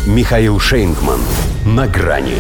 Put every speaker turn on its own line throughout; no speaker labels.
Михаил Шейнгман. На грани.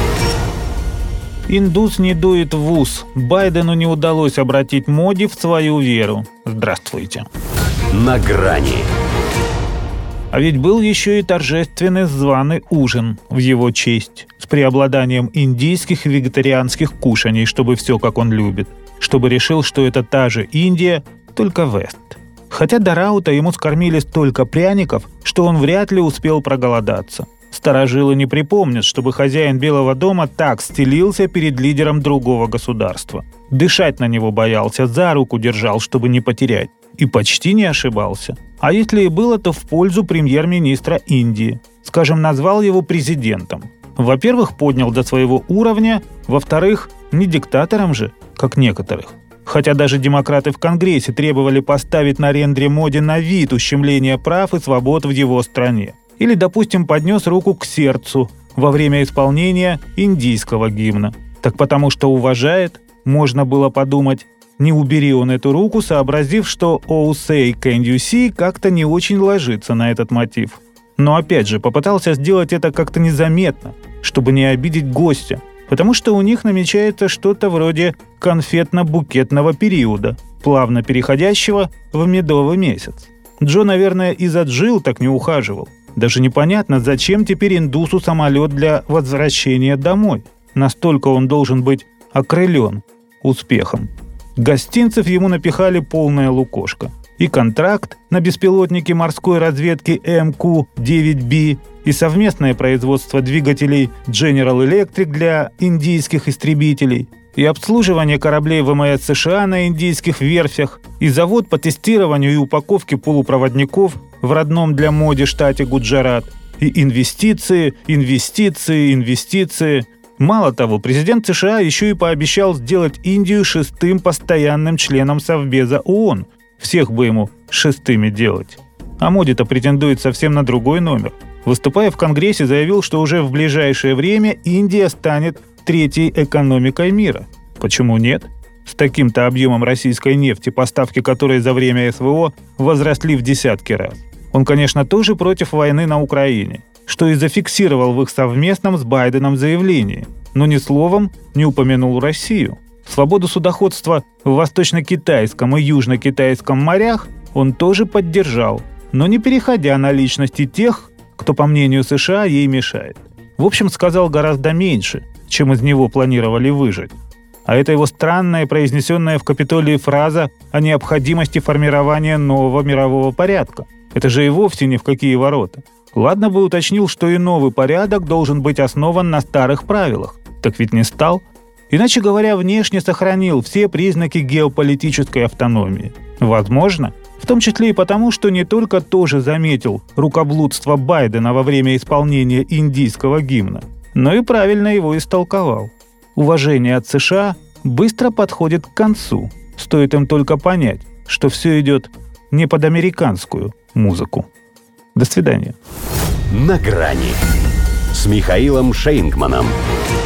Индус не дует в ус. Байдену не удалось обратить Моди в свою веру. Здравствуйте.
На грани.
А ведь был еще и торжественный званый ужин в его честь с преобладанием индийских и вегетарианских кушаний, чтобы все как он любит. Чтобы решил, что это та же Индия, только Вест. Хотя до раута ему скормили столько пряников, что он вряд ли успел проголодаться. Старожилы не припомнят, чтобы хозяин Белого дома так стелился перед лидером другого государства. Дышать на него боялся, за руку держал, чтобы не потерять. И почти не ошибался. А если и было, то в пользу премьер-министра Индии. Скажем, назвал его президентом. Во-первых, поднял до своего уровня. Во-вторых, не диктатором же, как некоторых. Хотя даже демократы в Конгрессе требовали поставить Нарендре Моди на вид ущемление прав и свобод в его стране. Или, допустим, поднес руку к сердцу во время исполнения индийского гимна. Так потому что уважает, можно было подумать, не убери он эту руку, сообразив, что «Oh say can you see» как-то не очень ложится на этот мотив. Но опять же, попытался сделать это как-то незаметно, чтобы не обидеть гостя, потому что у них намечается что-то вроде конфетно-букетного периода, плавно переходящего в медовый месяц. Джо, наверное, и за Джилл так не ухаживал. Даже непонятно, зачем теперь индусу самолет для возвращения домой. Настолько он должен быть окрылен успехом. Гостинцев ему напихали полное лукошко. И контракт на беспилотники морской разведки МК-9B, и совместное производство двигателей General Electric для индийских истребителей, и обслуживание кораблей ВМС США на индийских верфях, и завод по тестированию и упаковке полупроводников в родном для Моди штате Гуджарат, и инвестиции. Мало того, президент США еще и пообещал сделать Индию 6-м постоянным членом Совбеза ООН. Всех бы ему 6-ми делать. А Моди-то претендует совсем на другой номер. Выступая в Конгрессе, заявил, что уже в ближайшее время Индия станет 3-й экономикой мира. Почему нет? С таким-то объемом российской нефти, поставки которой за время СВО возросли в десятки раз. Он, конечно, тоже против войны на Украине, что и зафиксировал в их совместном с Байденом заявлении, но ни словом не упомянул Россию. Свободу судоходства в Восточно-Китайском и Южно-Китайском морях он тоже поддержал, но не переходя на личности тех, кто, по мнению США, ей мешает. В общем, сказал гораздо меньше, чем из него планировали выжать. А это его странная, произнесенная в Капитолии фраза о необходимости формирования нового мирового порядка. Это же и вовсе ни в какие ворота. Ладно бы уточнил, что и новый порядок должен быть основан на старых правилах. Так ведь не стал. Иначе говоря, внешне сохранил все признаки геополитической автономии. Возможно, в том числе и потому, что не только тоже заметил рукоблудство Байдена во время исполнения индийского гимна, но и правильно его истолковал. Уважение от США быстро подходит к концу. Стоит им только понять, что все идет не под американскую музыку. До свидания.
На грани с Михаилом Шейнгманом.